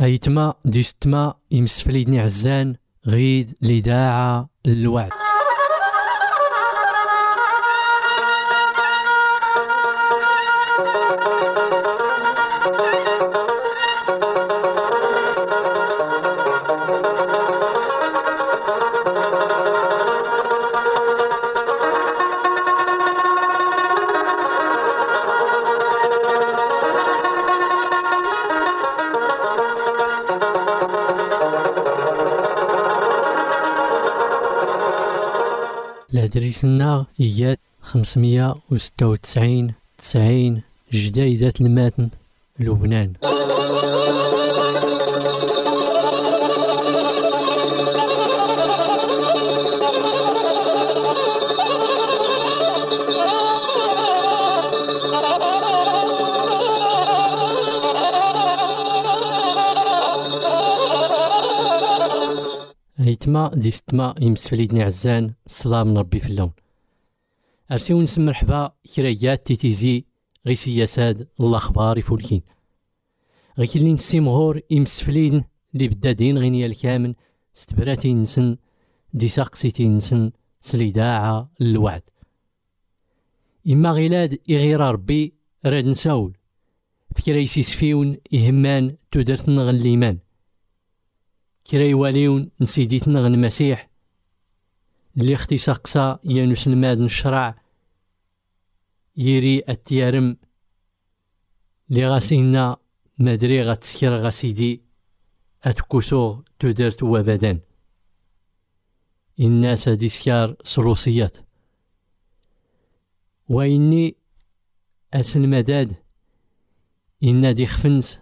أيتما ديستما يمسفليدني عزان غيد لداعة الوعد. العدريسنا إيات 596 90 جديدة الماتن لبنان. هيتما ديستما يمسفليدني عزان الصلاة من ربي في اللون. أرسيو نسم مرحبا كرايات تيتيزي غي سياساد الله أخبار يفولكين غي كلي نسي مغور يمسفليدن اللي بدادين غينيا الكامن ستبراتي نسن دي ساقسيتي نسن سليداعة الوعد. إما غيلاد إغير ربي راد نساول فكرا يسيسفيون يهمان تودرتنا غن الإيمان كرا يواليون نسيديتنا غن المسيح اللي اختي ساقسا يانوس الماد نشرع يري التيارم اللي غاسينا مدري غتسكر غاسيدي أتكوسو تودرت وابدان الناس ديسكار سلوسيات وإني أسن مداد إنا دي خفنس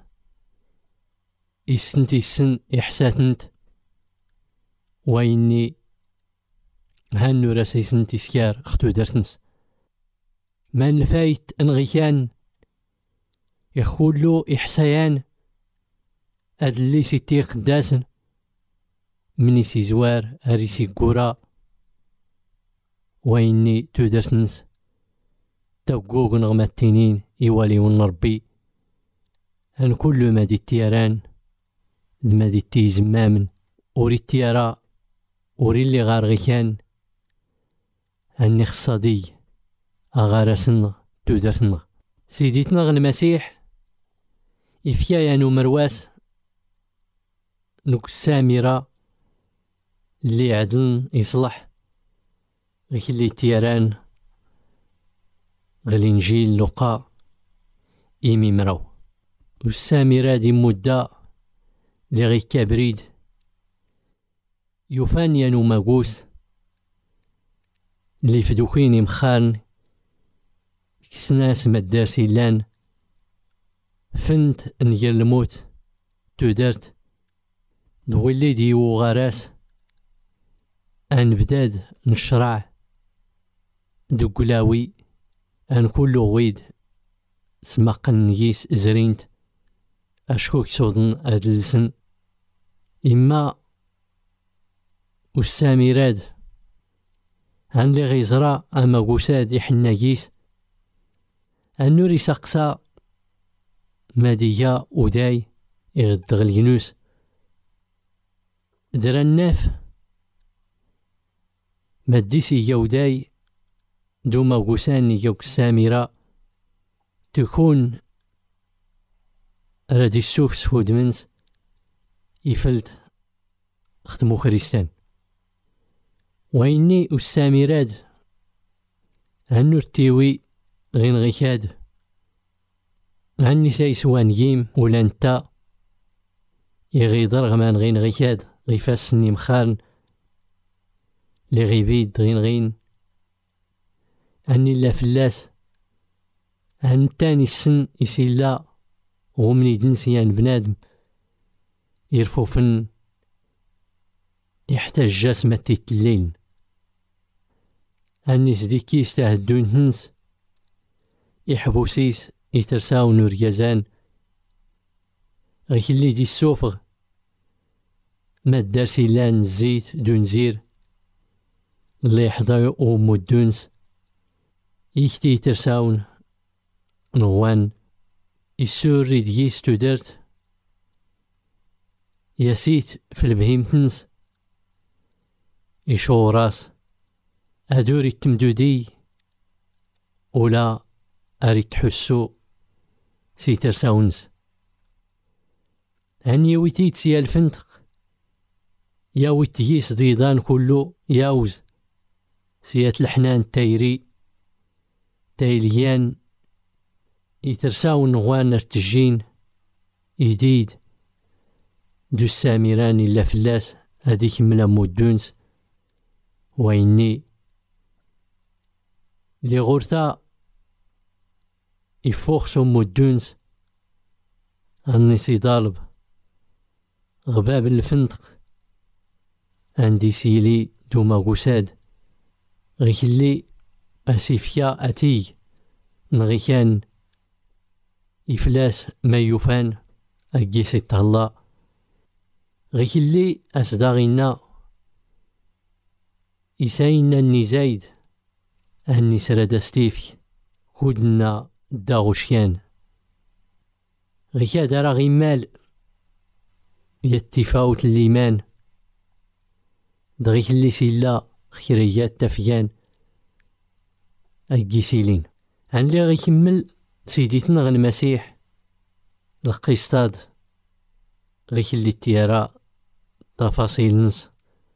إسنتي السن إحساتنت وإني هانو راسي سنتي سكار اختو درتنس ما الفايت انغيكان يخولو إحسايان أدلي سيتي قداسن مني سي زوار أريسي قورا وإني تودرتنس توقوق نغمة التنين إيوالي ونربي هن كل ما دي التياران ما دي التي زمامن أوري التيارا أوري اللي غارغي كان هني خصادي أغارسن تودرتنا سيديتنا غ المسيح إفيا يانو مرواس نوك السامرة اللي عدلن يصلح غيك اللي التياران غ الإنجيل لقا إيمي مراو والسامرة دي مدة اللي غي كابريد يوفان يانو ماغوس اللي فدوكيني مخارن كسناس مدار سيلان فنت نجر الموت تودرت دويلي ديو غاراس أن بداد نشرع دوكلاوي أن كلو غويد سماقن نجيس زرينت أشكوك صودن أدلسن إما والساميراد هن لي غيزرا أما قوساد يحناجيس النوري ساقسا مادية وداي يغدغ الينوس درا الناف ماديسي يوداي دوما قوساني يوك السامرة تكون رادي السوف سفود منس يفلت ختمو خريستان وإني السامراد هنو التيوي غين غيكاد عني سايسوان ييم ولا نتا يغيضر غمان غين غيكاد غيفاسني مخارن لي غيبيد غين أني لا فلاس هن تاني السن يسيلا غمني دنسيان بنادم يرفوفن يحتاج جاسمة الليل أني سديكي يستهدون هنس يحبوسيس يترساو نور يزان غيك اللي دي السوفغ ما دارسي لان الزيت دون زير اللي يحضر أمو الدونس يكتي يترساون نغوان يسوري ديس تودرت ياسيت في البهيمتنس يشو راس أدوري التمدودي ولا أريد تحسو سيتر ساونز هني ويتيت سيا الفنتق يا ويتيس ضيضان كله ياوز سيات الحنان تايري تايليان يترساو نغوان ارتجين يديد دو الساميران إلا فلاس هاديك ملا مودونس ويني لي غورتا يفوخسو مودونس أني سيضالب غباب الفندق عندي سيلي دوما قساد غيكلي أسيفيا أتي نغيكان إفلاس ما يفان أجيسي الطلا غيكلي أصداغينا إساينا النزايد أني سرد ستيفي كودنا داغوشيان غيكا دارا غيمال يتفاوت الليمان دغيك اللي سيلا خيريات تفيان أجيسيلين عن اللي غيكمل سيديتنا غ المسيح القيستاد غيك اللي تيارا تفاصيل نس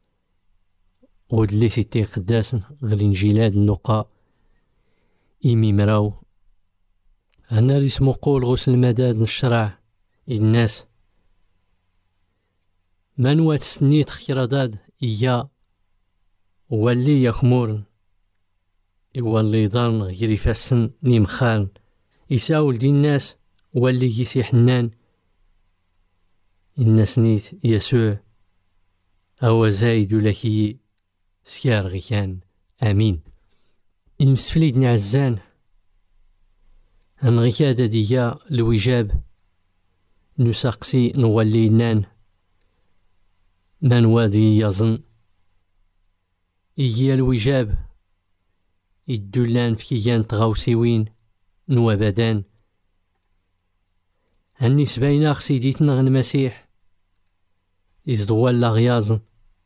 ودلي سيتي قداسن غ الانجيلاد اللقاء إيمي مراو أنا رسمو قول غسل المداد نشرع الناس من واتسنيت خيراداد إيا واللي يخمورن يولي ضارن غير يفسن نيمخان يساول دي الناس واللي يسي حنان الناس نيت يسوع أو زايد لكي سيار غيان آمين المسفليد نعزان هنغيكاد ديا الوجاب نساقسي نولي نان من وادي يظن إيا الوجاب الدولان في كيان تغاوسيوين نوابدان هنيس باينا خسيديتنا غ المسيح إزدوال لاغيازن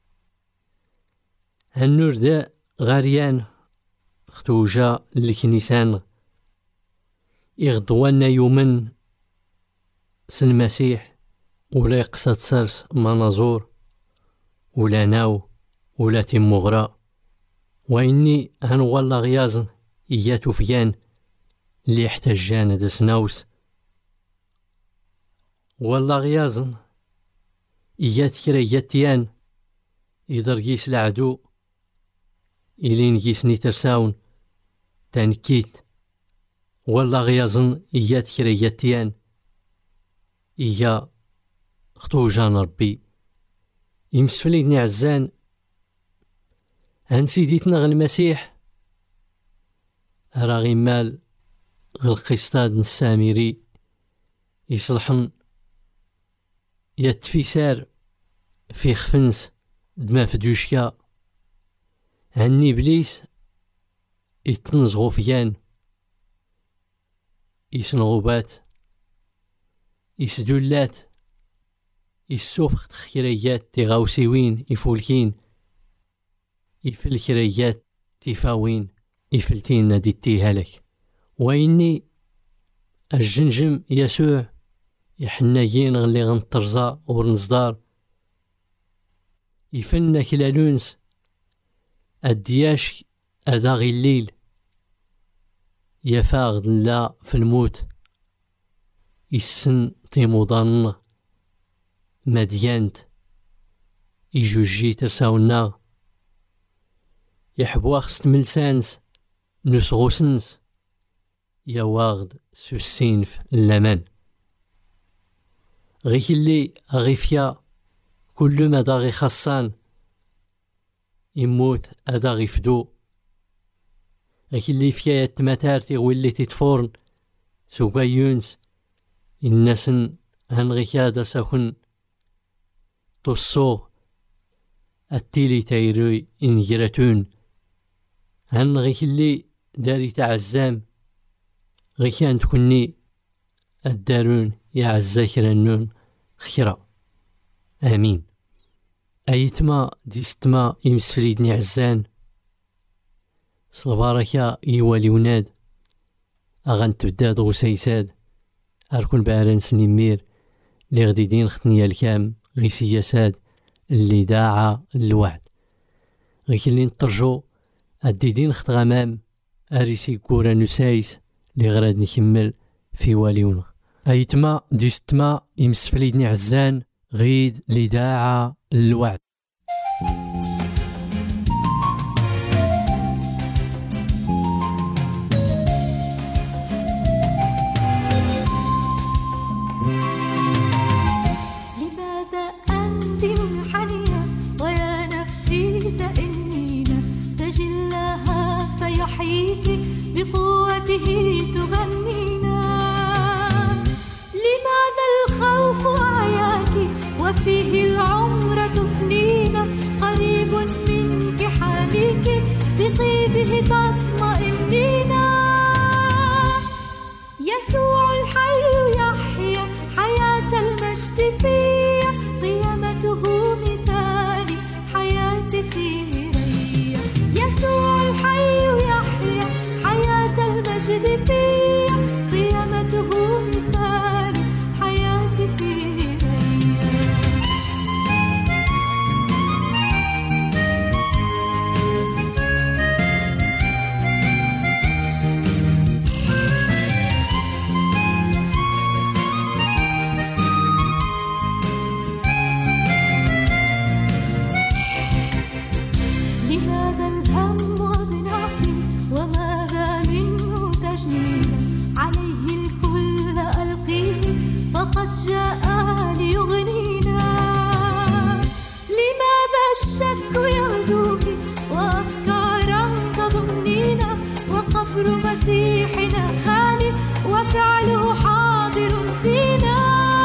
هنور دا غاريان ختوجا الكنيسان إغدوانا يومن سن المسيح ولا يقصد سرس مناظور ولا ناو ولا تيمغرا وإني هنوال غيازن إياتو فيان اللي يحتاجان دا سناوس والله غيازن إيات كرياتيان يدرقيس العدو إلين جيسني ترساون تنكيت والله غيازن إيات كرياتيان إيا خطوجان ربي يمسفليدني عزان هن سيديتنا غ المسيح راغي مال غ القسطاد السامري يصلحن يتفيسار في خفنس دما فدوشكا هني بليس يتنزغو فيان يسنغوبات يسدولات يسوفخ تخيريات تغاوسيوين يفولكين يفل خيريات تفاوين يفلتين نادي تيهالك وإني الجنجم يسوع يحنايين غلي غنطرزا ورنزدار يفلنا كلالونس الدياش أداغي الليل يفاغد لا في الموت يسن تيموضان مديانت يجوجي ترساونا يحبوا خست ملسانس نسغوسنس يواغد سوسينف اللمان غيك اللي غيفيا كل ما داغي خاصان يموت أداغي فدو غيك اللي فيا يتماتارتي واللي تتفورن سوكا يونس الناسن هنغيكادا ساكن تصو التيلي تايروي إنجراتون هن غيك اللي داري تعزام غيكان تكوني الدارون يعزا كرانون خيرا آمين. أيتما ديستما يمسفليدني عزان صلباركا إيوالي وناد أغان تبداد غسيساد أركون بعران سنمير لي غديدين ختنيا الكام غي سياساد اللي داعا الوعد غي كلي نطرجو الديدين خت غمام أريسي كورا نسايس لي غراد نكمل في واليونا. أيتما ديستما يمسفليدني عزان غيد لي داعا الوعد. بقوته تغنينا. لماذا الخوف أعياك وفيه العمر تفنينا؟ قريب منك حاميك بطيبه تطمئنينا. يسوع الحي يحيا حياة المجد فيا، قيامته مثالي حياتي فيه ريا. يسوع الحي يحيا حياة المجد فيا، قيامته مثالي حياتي فيه ريا. لهذا الهم أضنعتي وماذا منه تجنينا؟ عليه الكل ألقيه فقد جاء ليغنينا. لماذا الشك يغزوك وأفكارا تضمنينا؟ وقبر مسيحنا خالي وفعله حاضر فينا.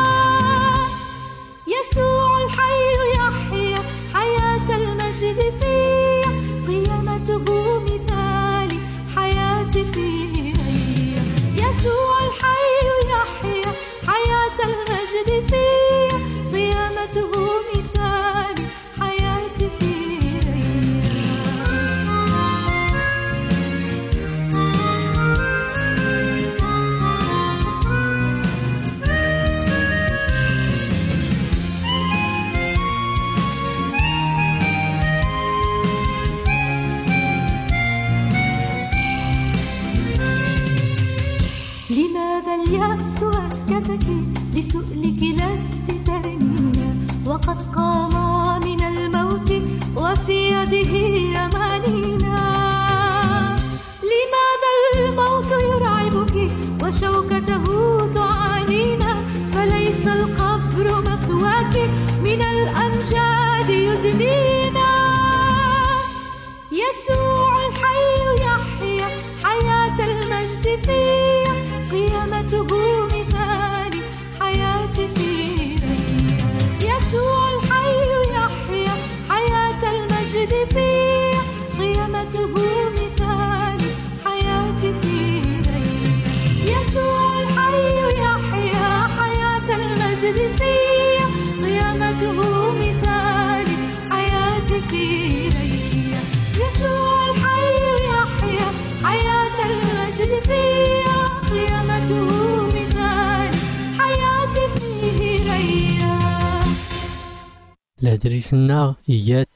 يسوع الحي يحيا حياة المجد فيا، قيامته مثالي حياتي فيه ريا. يسوع الحي يحيا حياة المجد فيا، قيامته مثالي حياتي فيه ريا. لماذا اليأس أسكتك؟ لسؤلك لست ترمينا. وقد قام من الموت وفي يده أمانينا. لماذا الموت يرعبك وشوكته تعانينا؟ فليس القبر مثواك، من الأمجاد يدنينا. يسوع الحي يحيا حياة المجد فيا، قيامته مثالي حياتي فيه ريا. يسوع الحي يحيا حياة المجد فيا، قيامته مثالي حياتي فيه ريا. يسوع الحي يحيا حياة المجد فيا، قيامته مثالي حياتي فيه ريا. يسوع الحي يحيا حياة المجد فيا، قيامته مثالي حياتي فيه ريا. الأدريس الناغ إيات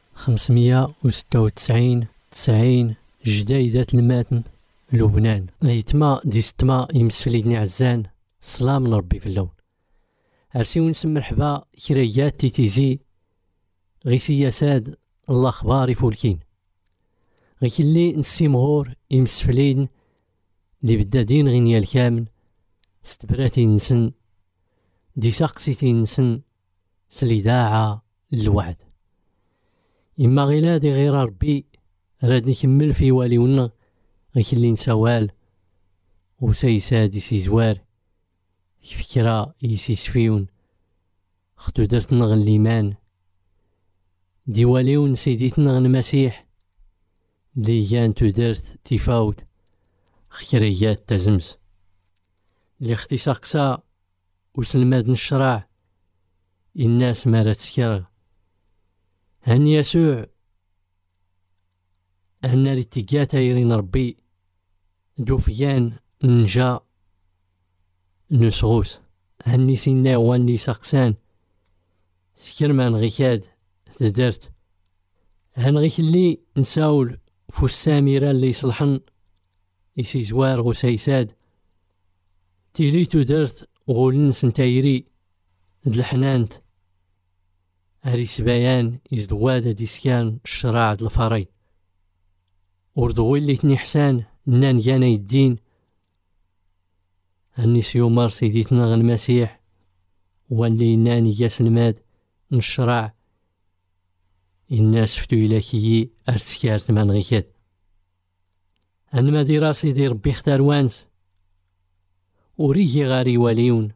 596 90 جديدة الماتن لبنان. أيتما ديستما يمسفليدني عزان سلام من ربي في اللون. أرسي ونسم مرحبا كريات تيتيزي غي سياساد الله خباري فولكين. غي كلي نسي مغور يمسفلين اللي بدادين غينيا الكامن ستبراتي نسن دي ساقسيتي نسن سلي داعا الوعد. إما غيلادي غير ربي راد نكمل في واليونا غي كلي نسوال وسيسادي سيزوار فكرة يسيسفيون خطو درتنا غن ليمان ديواليون سيديتنا غن مسيح لي كانتو درت تفاوت خيريات تزمز اللي اختي ساقسا وسلماد الشراع الناس مارت سكر هن يسوع هن رتقاتا يرين ربي دوفيان نجا نسغوس هني سينا واني ساقسان سكرمان غيكاد تدرت هن غيك اللي نساول فو الساميرة اللي يصلحن يسي زوار غسيساد تيليتو درت غولن سنتايري دلحنانت هاري سبايان يزدوادا ديسكان الشراع دالفاري وردغوي اللي تنحسان نان جانا يدين هني سيومار سيديتنا غن المسيح واللي ناني ياس الماد نشراع الناس فتو إلاكيي أرسكار ثمان غيكاد أنما دي راسي دي ربي اختار وانس وريجي غاري واليون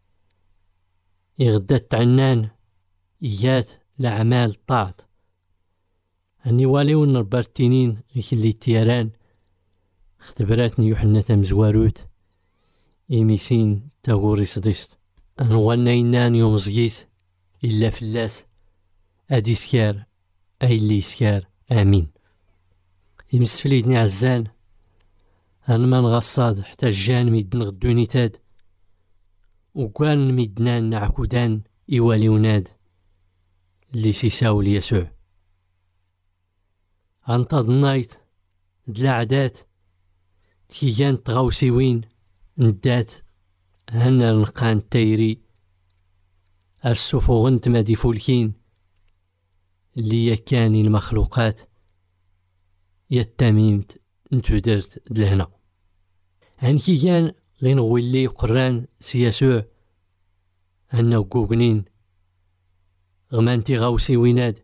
يغدات عنان إيات لعمال طاعت أني واليون نربارتينين غيك اللي تيران اختبراتني يوحنا تمزواروت إيميسين تاغوري صديست أنوانا إنان يوم زغيس إلا فلاس أدي سكار أي اللي سكار آمين يمسفليدني عزان أنا ما نغصاد حتى الجان ميدن غدوني تاد وكان ميدنان نعكودان إيوالي وناد اللي سيساول يسوع أنتظ النايت دلا عدات تكيان تغاوسيوين ندات هنا نقان تايري السفو غنت مادي فولكين اللي يكاني المخلوقات يتميمت انتو درت دلهنا هن كيان غين غويلي قران سياسوع هنا وقوقنين غمانتي غاوسي ويناد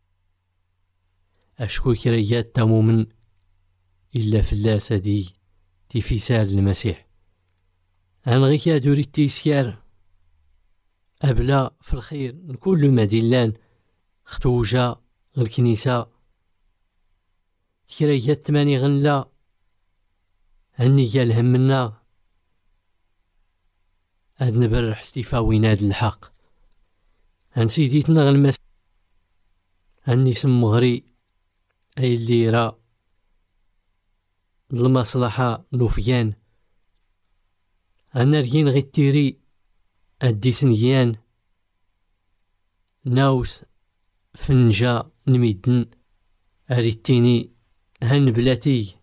أشكو كريات تمومن إلا فلاسة دي تفسال المسيح أنا غيكا دوري التيسيار أبلا في الخير نكل مدينلان ختوجا الكنيسة كريات تماني غنلا هني جال همنا هاد نبرح ستيفاويناد الحق هن سيديتنا غلمس هني سم مغري أي اللي راه المصلحة نوفيان أنا رجين غيتيري أدي سنيان ناوس فنجا نميدن أريتيني هن بلاتي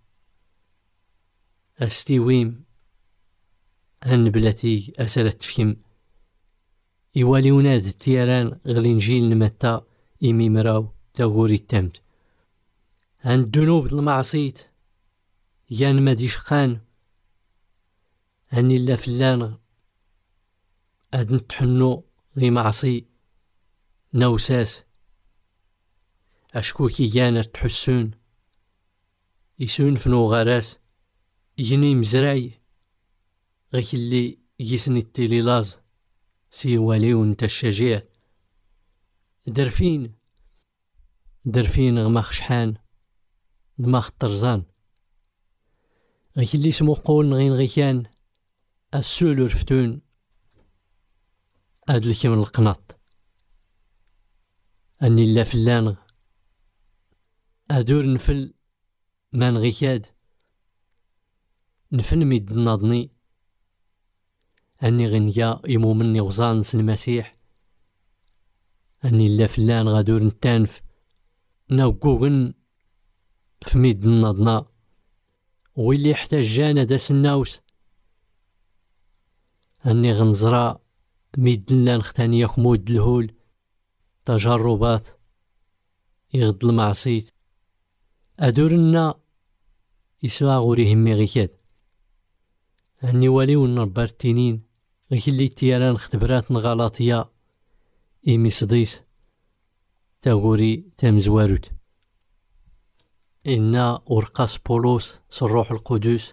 أستيويم هن بلاتي أسرت فيم إيوالي وناد التيران غلينجيل نمتا إيمي مراو تاغوري التمت هن الدنوب المعصيت يان ما ديشقان هني إلا فلان أد نتحنو غي معصي نوساس أشكوكي يانا تحسون يسون فنو غراس يجني مزراي غيك اللي يسني التيليلاز سيوالي ونتا الشجاع درفين غماخ شحان دماغ الطرزان غيك اللي سمو قول غين غيكان السولو رفتون أدلك من القناط أني لا فلان أدور نفل مان غيكاد نفن ميد ناضني أني غنيا يمو مني غزان المسيح أني لا فلان غادور نتانف ناوكوغن في ميد ناضنا واللي يحتاج جانا داس الناوس أني غنزرا ميدنا نختاني يخمود الهول تجربات يغد المعصيت أدورنا يسوى غوري همي غيكاد أني واليو نربارتينين غيك اللي تيران اختبرات غلاطية إيمي صديس تاغوري تامزواروت إنا ورقاس بولوس صروح القدوس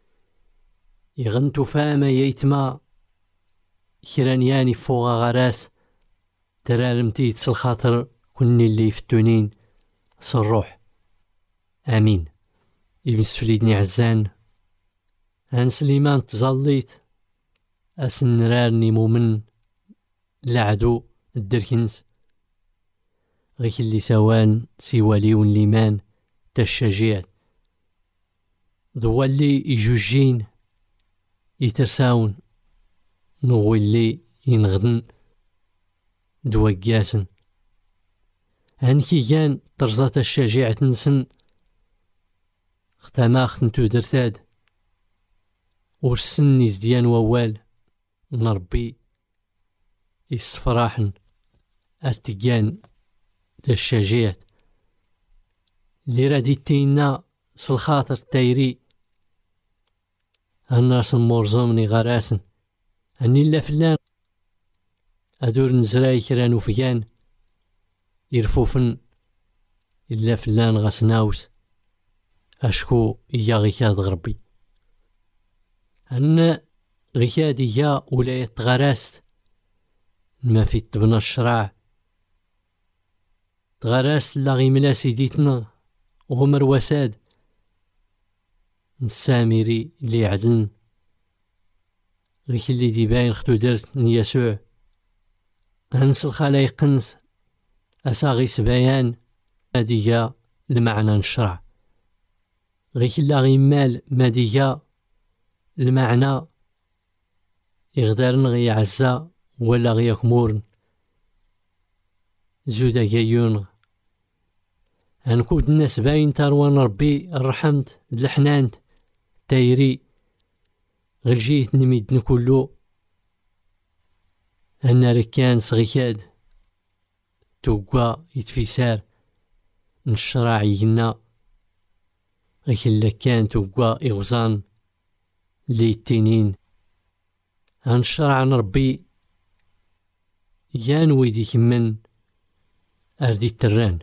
يغنتو فاما ييتما كرانياني فوغا غراس ترارمتي تسل خاطر كوني اللي يفتونين صروح آمين يمسفليدني عزان هان سليمان تزليت أسن رارني مؤمن لعدو الدركنز غيك اللي سوان سيواليون ليمان تشجيع دوا اللي يجوجين يترساون نغوي اللي ينغدن دوا قياسن هنكي جان ترزات الشجاعة نسن ختماخ نتو درتاد ورسن يزديان ووال نربي يصفراحن ارتقان دا الشجاعة اللي رادي تينا سالخاطر تايري هالناس المورزومني غراسن هني لا فلان ادور نزراي كران وفيان يرفوفن إلا فلان غسناوس أشكو إيا غيكاد غربي أن غيكاد إيا ولاية تغراست ما في تبنى الشراع تغراست لا غيملا سيديتنا غمر وساد نساميري اللي عدن غيك اللي دي باين ختو درت نيسوع هنس الخلايق قنس أساغي سبايان مادية المعنى نشرع غيك لا غيمال مادية المعنى يغدارن غي عزا ولا غي يكمورن زودا جايون هنكود الناس باين تاروان ربي الرحمت الحنانت تايري غير جيت نميد نكولو أنا ركان صغيكاد توقع يتفيسار نشرع يجنا غيك اللي كان توقع إغزان لي التنين هنشرع نربي يان ويدي كمن أردي التران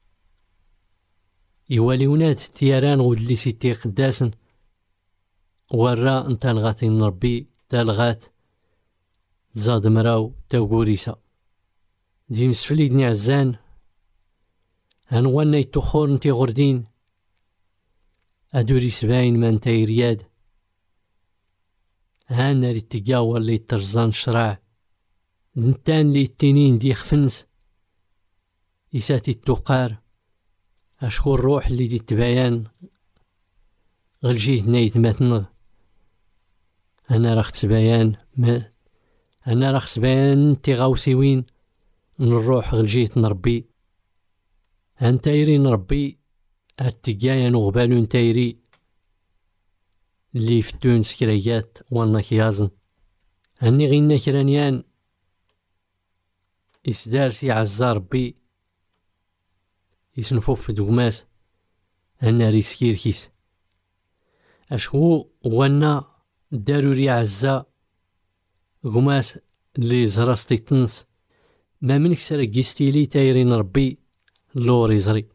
يوالي وناد تياران ودلي سيتي قداسن ورا انت الغاتي نربي تالغات زاد مراو تاوغوريسا دي مسفلي دني عزان هنوانا يتوخور نتي غردين ادوري سباين من تايرياد هانا ريتيقاور لي ترزان شراع نتان لي التنين دي خفنس يساتي التقار اشكو الروح اللي دي تبايان غلجيه نايت ماتنغ انا راخت سبايان انا راخ سبايان تي غاوسيوين نروح غلجيت نربي هنتايري نربي هالتقايا نغبالو نتايري اللي فتون سكريات وانا كيازن هني غينا كرانيان إسدار سي عزا ربي يسنفوف في دوغماس هنا ريسكير كيس أشكو وانا داروري عزا غماس اللي زرستي تنس ما منك سرقستي لي تايرين ربي لوري زري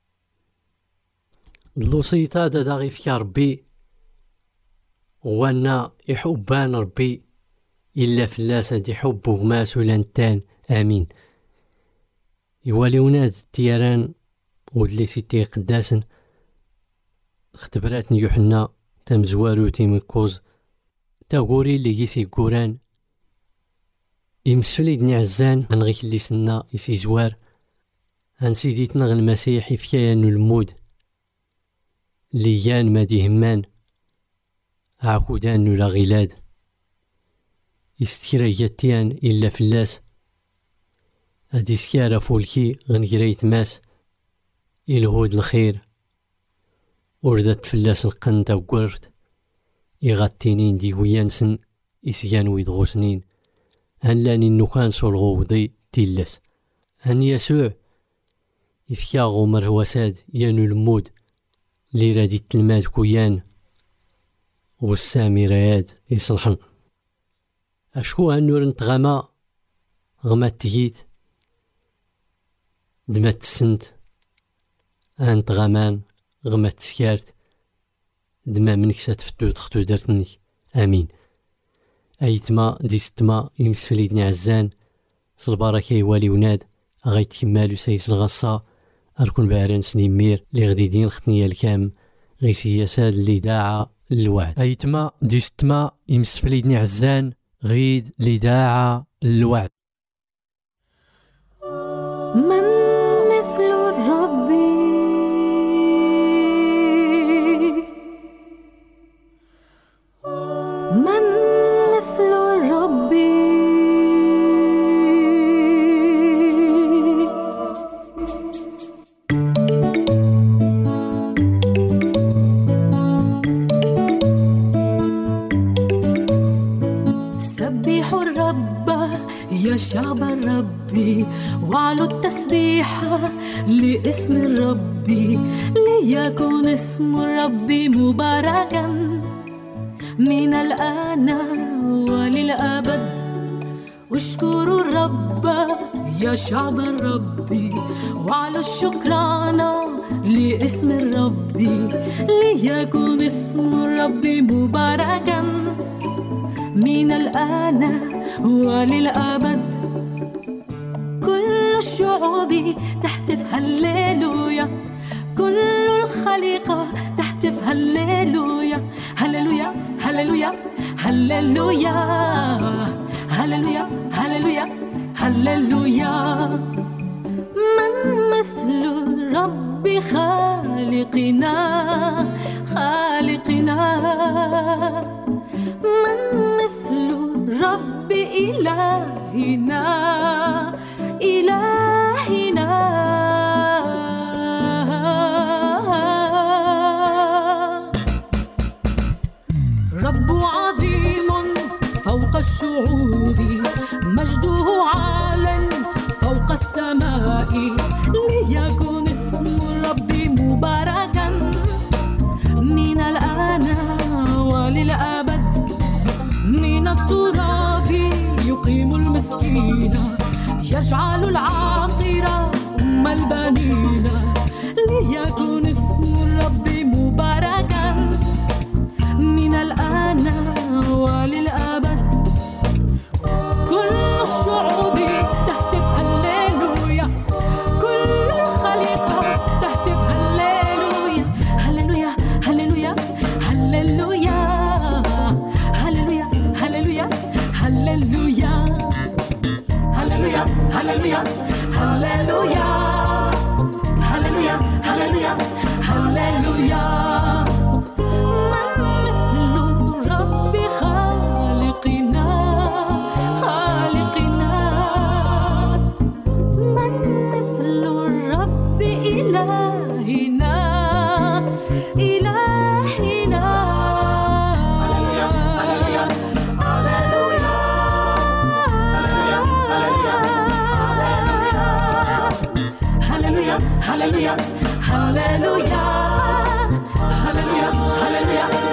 اللوصيطا دا غيفكا ربي وانا يحبان ربي إلا فلاسة دي حب غماس ولا نتان آمين يوالي وناد تياران ودلي سيتي قداسن اختبراتني يوحنا تمزوارو تيمكوز تاغوري اللي يسي قوران يمسفلي دني عزان انغيك اللي سنا يسي زوار هان سيديتنا المسيح يفكايانو المود ليان ما دي همان عاكودان لا غلاد يستكرياتيان إلا فلاس هادي سكارة فولكي غنقريت ماس الهود الخير وردت فلاس القنطة وقرت يغطينين دي ويانسن إسيان ويدغو سنين هنلاني النوكان سولغوضي تيلاس هن يسوع يفكا غمر وساد يانو المود لي رادي تلماد كويان والسامي رياد يصلحن أشكو هنور نتغما غما تهيت دمات السنت أنت غمان غما تسكارت دما منك ساتفتو تختو درتني آمين أيتما ديستما يمسفليدني عزان صلبارك يوالي وناد أغايت كمالو سيس الغصة أركون بعران سنيمير لي غدي دين ختنيا الكام غيسي ساد اللي داعا الوعد أيتما ديستما يمسفليدني عزان غيد اللي داعا الوعد من مثل الرب؟ من مثل الرب؟ سبحوا الرب يا شعب الرب، وعلوا التسبيح لاسم الرب، ليكن اسم الرب مباركا من الآن وللأبد. اشكروا الرب يا شعب الرب، وعلوا الشكران لاسم الرب، ليكن اسم الرب مباركا من الآن وللأبد. كل الشعوب تهتف هللويا، كل الخليقة تهتف هللويا هللويا هللويا هللويا هللويا هللويا هللويا. من مثل الرب خالقنا خالقنا، من مثل الرب إلهنا إلهنا. رب عظيم فوق الشعوب، مجده عال فوق السماء، ليكن اسم الرب مباركا من الآن وللأبد. من التراب يقيم المسكين، يجعل العاقر أم البنين، ليكن اسم الرب مباركا من الآن وللأبد. كل الشعوب تهتف هللويا، كل الخليقة تهتف هللويا هللويا هللويا هللويا هللويا هللويا هللويا هللويا هللويا هللويا هللويا هللويا هللويا. من مثل الرب خالقنا خالقنا، من مثل الرب إلهنا إلهنا. هللويا هللويا هللويا هللويا هللويا هللويا هللويا هللويا